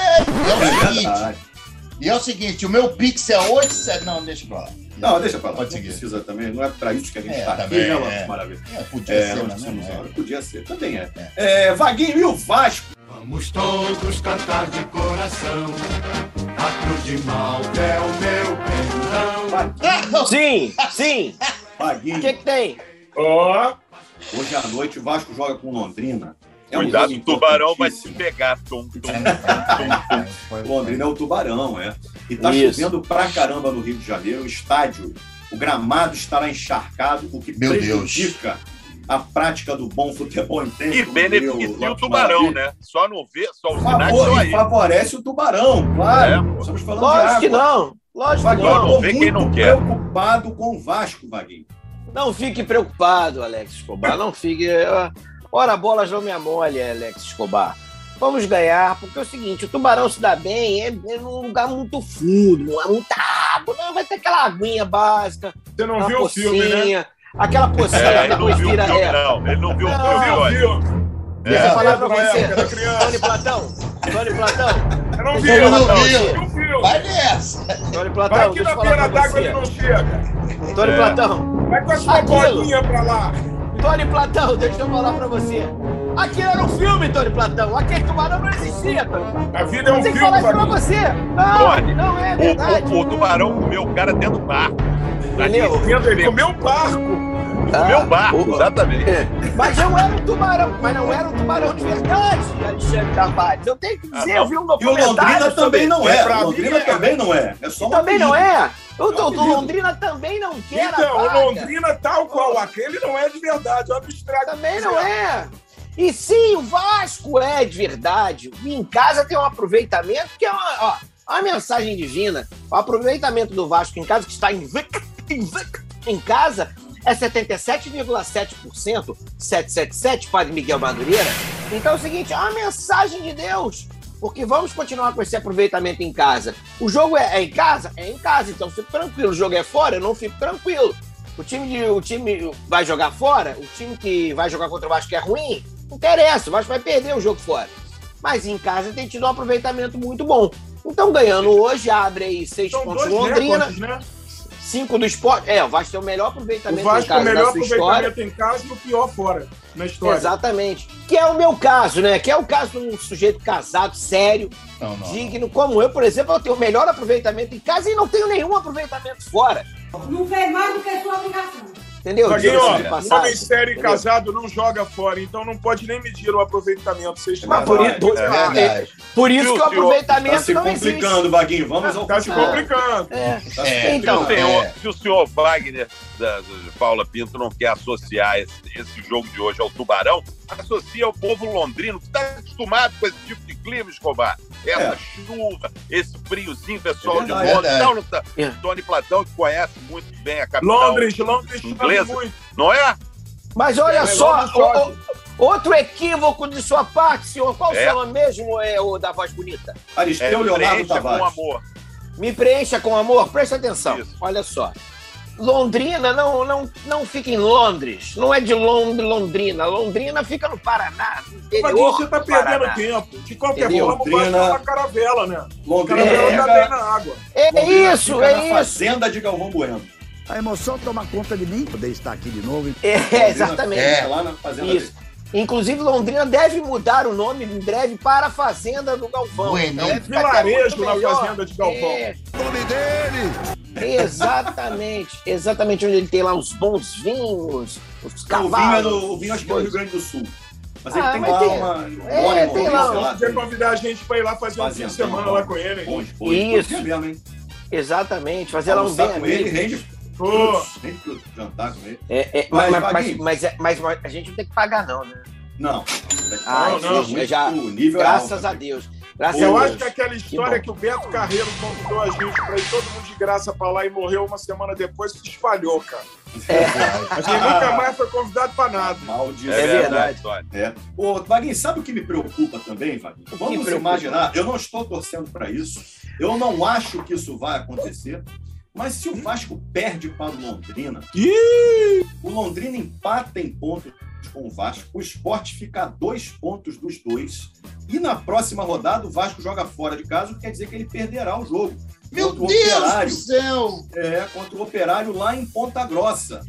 É o seguinte, o meu Pix é 87... Não, deixa pra lá. Não, deixa pra lá. Pode seguir. Não precisa também, não é pra isso que a gente está aqui, também, né, Maravilha? Podia ser, mas podia ser, também é. Vaguinho e o Vasco. Vamos todos cantar de coração. A cruz de Malta é o meu perdão. Sim. Vaguinho. O que tem? Hoje à noite o Vasco joga com Londrina. Cuidado, o Tubarão vai se pegar. Londrina é o Tubarão, é. E tá chovendo pra caramba no Rio de Janeiro. O estádio, o gramado estará encharcado, o que prejudica a prática do bom futebol intenso. E beneficia o Tubarão, né? Só não vê, só os sinais estão aí. Favorece o Tubarão, claro. Estamos falando de água. Lógico que não. Não vê quem não quer. Preocupado com o Vasco, Vaguinho. Não fique preocupado, Alex Escobar. Não fique... Ora, bolas não me amole, Alex Escobar. Vamos ganhar, porque é o seguinte, o Tubarão se dá bem, é num lugar muito fundo, não é muita água, não, vai ter aquela aguinha básica. Você não viu o filme, né? Aquela pocinha ele não viu o filme, não. Ele não viu o filme. Deixa eu falar pra você, Tony Platão. Eu não vi. Vai nessa. Tony Platão, vai que na beira d'água ele não chega. Tony Platão. Vai com a sua bolinha pra lá. Tony Platão, deixa eu falar pra você. Aquilo era um filme, Tony Platão. Aquele tubarão não existia, Tony Platão. A vida é um filme, tem que falar isso pra você. Tony, não é verdade. O tubarão comeu o cara dentro do barco. Entendeu? Ele comeu um barco. Comeu um barco, exatamente. Mas não era um tubarão. Mas não era um tubarão de verdade, Alexandre Tavares. Eu tenho que dizer, eu vi um documentário. E o Londrina também não é. Londrina também não é. É só uma também não é. O Londrina também não quer então, o Londrina tal qual aquele não é de verdade, é um abstrato. Também não é. E sim, o Vasco é de verdade. E em casa tem um aproveitamento que é uma mensagem divina. O aproveitamento do Vasco em casa, que está em casa, é 77,7%, 777, Padre Miguel Madureira. Então é o seguinte, é uma mensagem de Deus. Porque vamos continuar com esse aproveitamento em casa. O jogo é em casa? É em casa, então fico tranquilo. O jogo é fora? Eu não fico tranquilo. O time vai jogar fora? O time que vai jogar contra o Vasco é ruim? Não interessa, o Vasco vai perder o jogo fora. Mas em casa tem tido um aproveitamento muito bom. Então, ganhando hoje, abre aí 6 pontos Londrina. Recordes, né? 5 do Sport. O Vasco tem o melhor aproveitamento em casa. O Vasco tem o melhor aproveitamento em casa e o pior fora, na história. Exatamente. Que é o meu caso, né? Que é o caso de um sujeito casado, sério, digno. Como eu, por exemplo, eu tenho o melhor aproveitamento em casa e não tenho nenhum aproveitamento fora. Não fez mais do que sua obrigação. Entendeu? Vaguinho, Diga-se de ó, passagem, homem sério e entendeu? casado não joga fora, então não pode nem medir o aproveitamento. Vocês Mas por isso que o aproveitamento não existe. complicando, Vaguinho. Vamos ao Tá se complicando. Então, Se o senhor Wagner de Paula Pinto não quer associar esse jogo de hoje ao Tubarão, associa ao povo londrino, que está acostumado com esse tipo de clima, Escobar. Essa chuva, esse friozinho, pessoal de Londres. Não tá? Tony Platão, que conhece muito bem a capital Londres inglesa, muito. não é? mas olha só, outro equívoco de sua parte, senhor. Qual o seu nome mesmo, o da voz bonita? Aristeu Leonardo Tavares. Com amor. Me preencha com amor, presta atenção. Isso. Olha só. Londrina não fica em Londres. Não é de Londrina. Londrina fica no Paraná. No Mas interior você tá do perdendo Paraná. tempo. De qualquer Entendeu? forma, Londrina- pode uma caravela, né? Londrina Caravela tá bem na água. É Londrina isso, fica é na isso. fazenda de Galvão Bueno. A emoção toma conta de mim, poder estar aqui de novo. Exatamente. Londrina fica lá na fazenda Isso. Inclusive, Londrina deve mudar o nome em breve para a Fazenda do Galvão. Bueno. Deve ficar até Vilarejo muito na melhor. Fazenda de Galvão. Nome dele! Exatamente onde ele tem lá os bons vinhos, os O vinho, cavalos. o vinho acho que é do Rio Grande do Sul. Mas ele Ah, tem mas lá tem- uma... tem lá sei lá, Podia convidar a gente pra ir lá fazer um fim de semana lá com ele. hein? Isso. Mesmo, hein? Exatamente, fazer lá um Almoçar bem com ele, amigo. rende Ô, frutos, jantar com ele. Mas a gente não tem que pagar, não, né? Não. não, já- O nível Graças é alto. a Deus. Graças eu a acho Deus. que aquela história que o Beto Carreiro convidou a gente pra ir todo mundo de graça pra lá e morreu uma semana depois se espalhou, cara. A gente nunca mais foi convidado pra nada. Maldição. É verdade. Tony. É. Ô, Vaguinho, sabe o que me preocupa também, Vaguinho? que Vamos preocupa? imaginar, eu não estou torcendo para isso, eu não acho que isso vai acontecer, mas se o Vasco perde para o Londrina, o Londrina empata em pontos com o Vasco, o Sport fica a 2 pontos dos dois, e na próxima rodada o Vasco joga fora de casa, o que quer dizer que ele perderá o jogo. Meu Contra o Deus Operário. do céu! Contra o Operário lá em Ponta Grossa.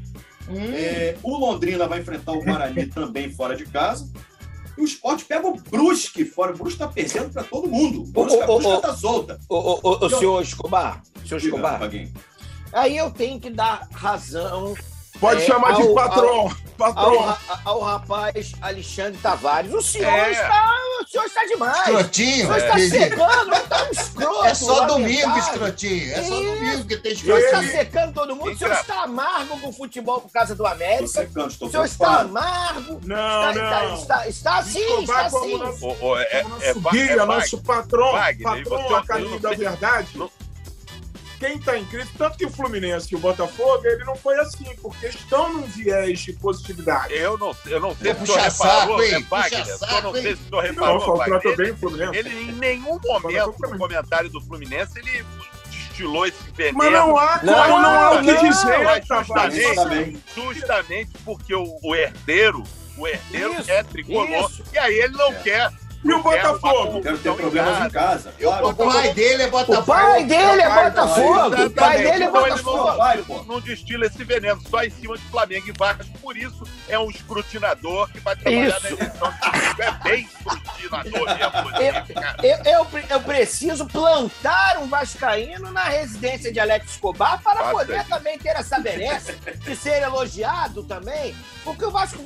O Londrina vai enfrentar o Guarani também fora de casa. E o Sport pega o Brusque fora. O Brusque tá perdendo para todo mundo. O Brusque tá solta. O senhor Escobar, Diga, Vaguinho. aí eu tenho que dar razão Pode chamar de patrão. ao rapaz Alexandre Tavares. O senhor É. está demais. Escrotinho. O senhor está secando, tá um escroto. É só domingo, lamentável. escrotinho. É só Isso. domingo que tem O senhor está escrotinho. secando todo mundo. O senhor está amargo com o futebol por causa do Tô América. secando, estou O senhor está preocupado. amargo. Não. Está sim, Escobar está como sim. nosso Nosso guia, nosso patrão, Wagner, e patrão você- a caminho da verdade. Quem está em crise, tanto que o Fluminense e o Botafogo, ele não foi assim, porque estão num viés de positividade. Eu não sei se o senhor Puxa reparou, saco, hein? Wagner. Puxa Eu saco, não sei hein? se o senhor Não, reparou, tratou Wagner. bem o Fluminense. Ele em nenhum momento no comentário do Fluminense ele destilou esse veneno. Mas não há o que dizer, mas Tavares. justamente porque o herdeiro Isso, é tricolor isso. e aí ele não quer. E o não quer Botafogo? arrumar Quero ter confusão problemas em casa. Claro. O pai dele é O Botafogo. pai dele é Botafogo. O pai dele é Então ele Botafogo. Vai, pô. não destila esse veneno só em cima de Flamengo e Vasco. Por isso é um escrutinador que vai trabalhar Isso. na eleição. É bem escrutinador mesmo. Cara. Eu preciso plantar um vascaíno na residência de Alex Escobar para Faça poder isso. também ter essa benéfica de ser elogiado também, porque o Vasco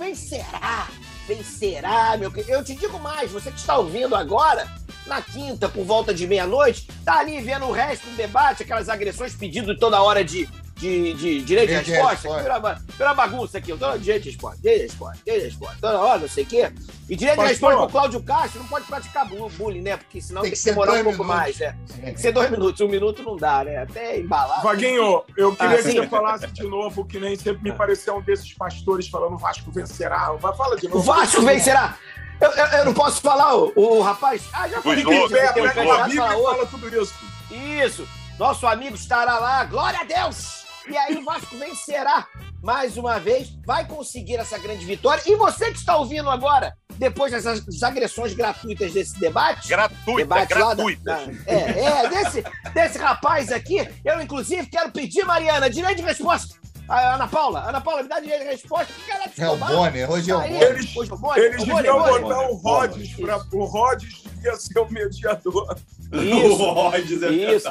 vencerá, meu querido. Eu te digo mais, você que está ouvindo agora, na quinta, por volta de meia-noite, tá ali vendo o resto do debate, aquelas agressões pedindo toda hora de direito de resposta, pela bagunça aqui, toda direito de resposta, toda hora, não sei o quê. E direito de Pastor. resposta pro Cláudio Castro não pode praticar bullying, né? Porque senão tem que ser demorar um 2 pouco minutos. mais, né? Tem que ser 2 minutos, 1 minuto não dá, né? Até embalar. Vaguinho, eu queria que sim. você falasse de novo, que nem sempre me pareceu um desses pastores falando o Vasco vencerá. Fala de novo. O Vasco vencerá! Eu não posso falar, o rapaz. Já falei Os loucos, que você tem um Pega candidato, a Bíblia fala e outro. fala tudo isso. Isso! Nosso amigo estará lá, glória a Deus! E aí o Vasco vencerá mais uma vez, vai conseguir essa grande vitória. E você que está ouvindo agora, depois das agressões gratuitas desse debate... Gratuita. Desse rapaz aqui, eu inclusive quero pedir, Mariana, direito de resposta. A Ana Paula, me dá direito de resposta. Porque ela É o Bonner, hoje é o Aí, Bonner. hoje é o Bonner. Eles O Bonner, deviam Bonner. botar o Rhodes, o Rhodes que ia ser o mediador. Isso.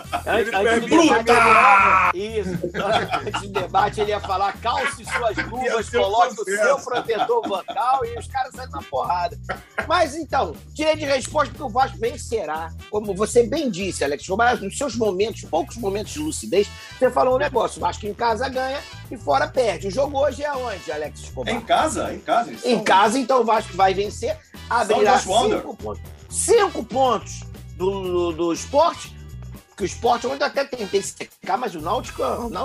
Antes do debate, ele ia falar: calce suas luvas, coloque o seu protetor vocal e os caras saem na porrada. Mas então, tirei de resposta porque o Vasco vencerá. Como você bem disse, Alex Escobar, nos seus momentos, poucos momentos de lucidez, você falou um negócio: o Vasco em casa ganha e fora perde. O jogo hoje é onde, Alex Escobar? É em casa. Em casa, então o Vasco vai vencer, abrirá 5 pontos. 5 pontos do Sport, que o Sport ontem até tentei secar, mas o Náutico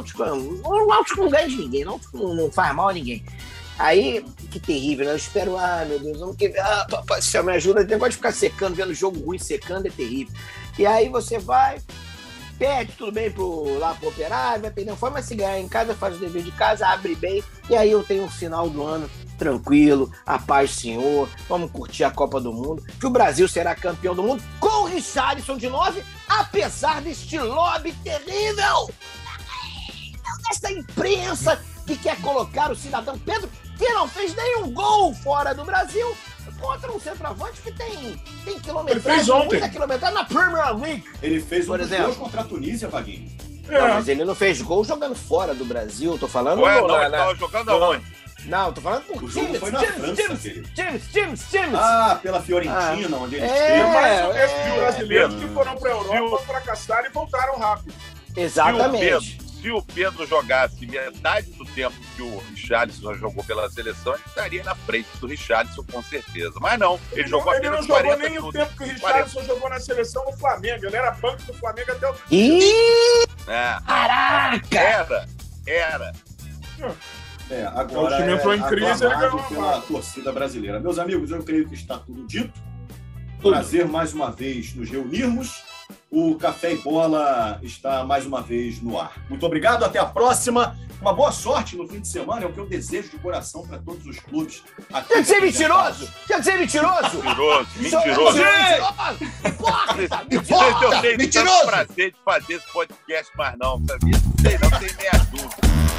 não ganha de ninguém, o Náutico não faz mal a ninguém. Aí, que terrível, né? Eu espero, meu Deus, vamos que papai, se me ajuda, tem negócio de ficar secando, vendo jogo ruim secando, é terrível. E aí você vai, perde tudo bem lá pro Operário, vai perder fome, mas se ganhar em casa, faz o dever de casa, abre bem, e aí eu tenho um final do ano tranquilo, a paz, senhor, vamos curtir a Copa do Mundo, que o Brasil será campeão do mundo com o Richarlison de 9, apesar deste lobby terrível dessa imprensa que quer colocar o cidadão Pedro, que não fez nenhum gol fora do Brasil, contra um centroavante que tem quilometragem, muita quilometragem na Premier League. Ele fez por exemplo, gols contra a Tunísia, Vaguinho. Não, mas ele não fez gol jogando fora do Brasil, tô falando... Ué, não, ele tava jogando aonde? Não, tô falando por times. Foi na França, times. Pela Fiorentina, onde ele esteve. esteve. Mais o resto de brasileiros que foram pra Europa, fracassaram e voltaram rápido. Exatamente. Se o Pedro jogasse metade do tempo que o Richarlison jogou pela seleção, ele estaria na frente do Richarlison, com certeza. Mas não, ele jogou apenas 40 Ele não jogou nem o tempo que o Richarlison jogou na seleção no Flamengo. Ele era banco do Flamengo até o... Caraca! Era. Agora o time entrou em crise, ele ganhou pela torcida brasileira. Meus amigos, eu creio que está tudo dito. Prazer mais uma vez nos reunirmos. O Café e Bola está mais uma vez no ar. Muito obrigado, até a próxima. Uma boa sorte no fim de semana, é o que eu desejo de coração para todos os clubes. Quer dizer mentiroso? Mentiroso! Mentiroso! Eu tenho tanto prazer de fazer esse podcast, mas não, sabia? Não tem meia dúvida.